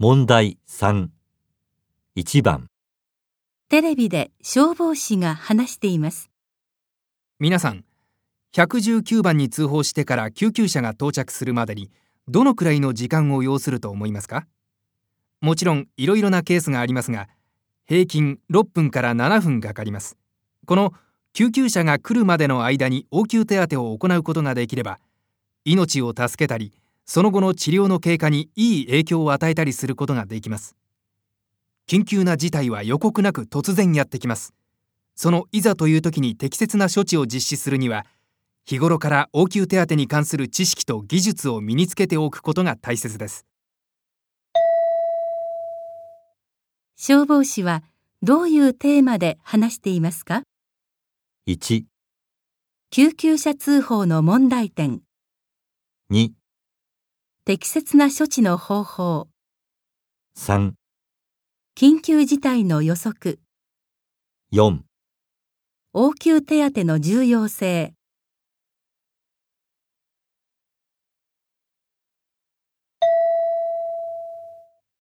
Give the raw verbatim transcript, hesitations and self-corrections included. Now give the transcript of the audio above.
問題さん。いちばん。 テレビで消防士が話しています。 皆さん、ひゃくじゅうきゅうばんに通報してから救急車が到着するまでにどのくらいの時間を要すると思いますか？もちろんいろいろなケースがありますが、平均ろっぷんからななふんかかります。この救急車が来るまでの間に応急手当てを行うことができれば、命を助けたり、その後の治療の経過にいい影響を与えたりすることができます。緊急な事態は予告なく突然やってきます。そのいざという時に適切な処置を実施するには、日頃から応急手当に関する知識と技術を身につけておくことが大切です。 消防士はどういうテーマで話していますか？ いち、 救急車通報の問題点。 に、 適切な処置の方法。 さん、 緊急事態の予測。 よん。 応急手当の重要性。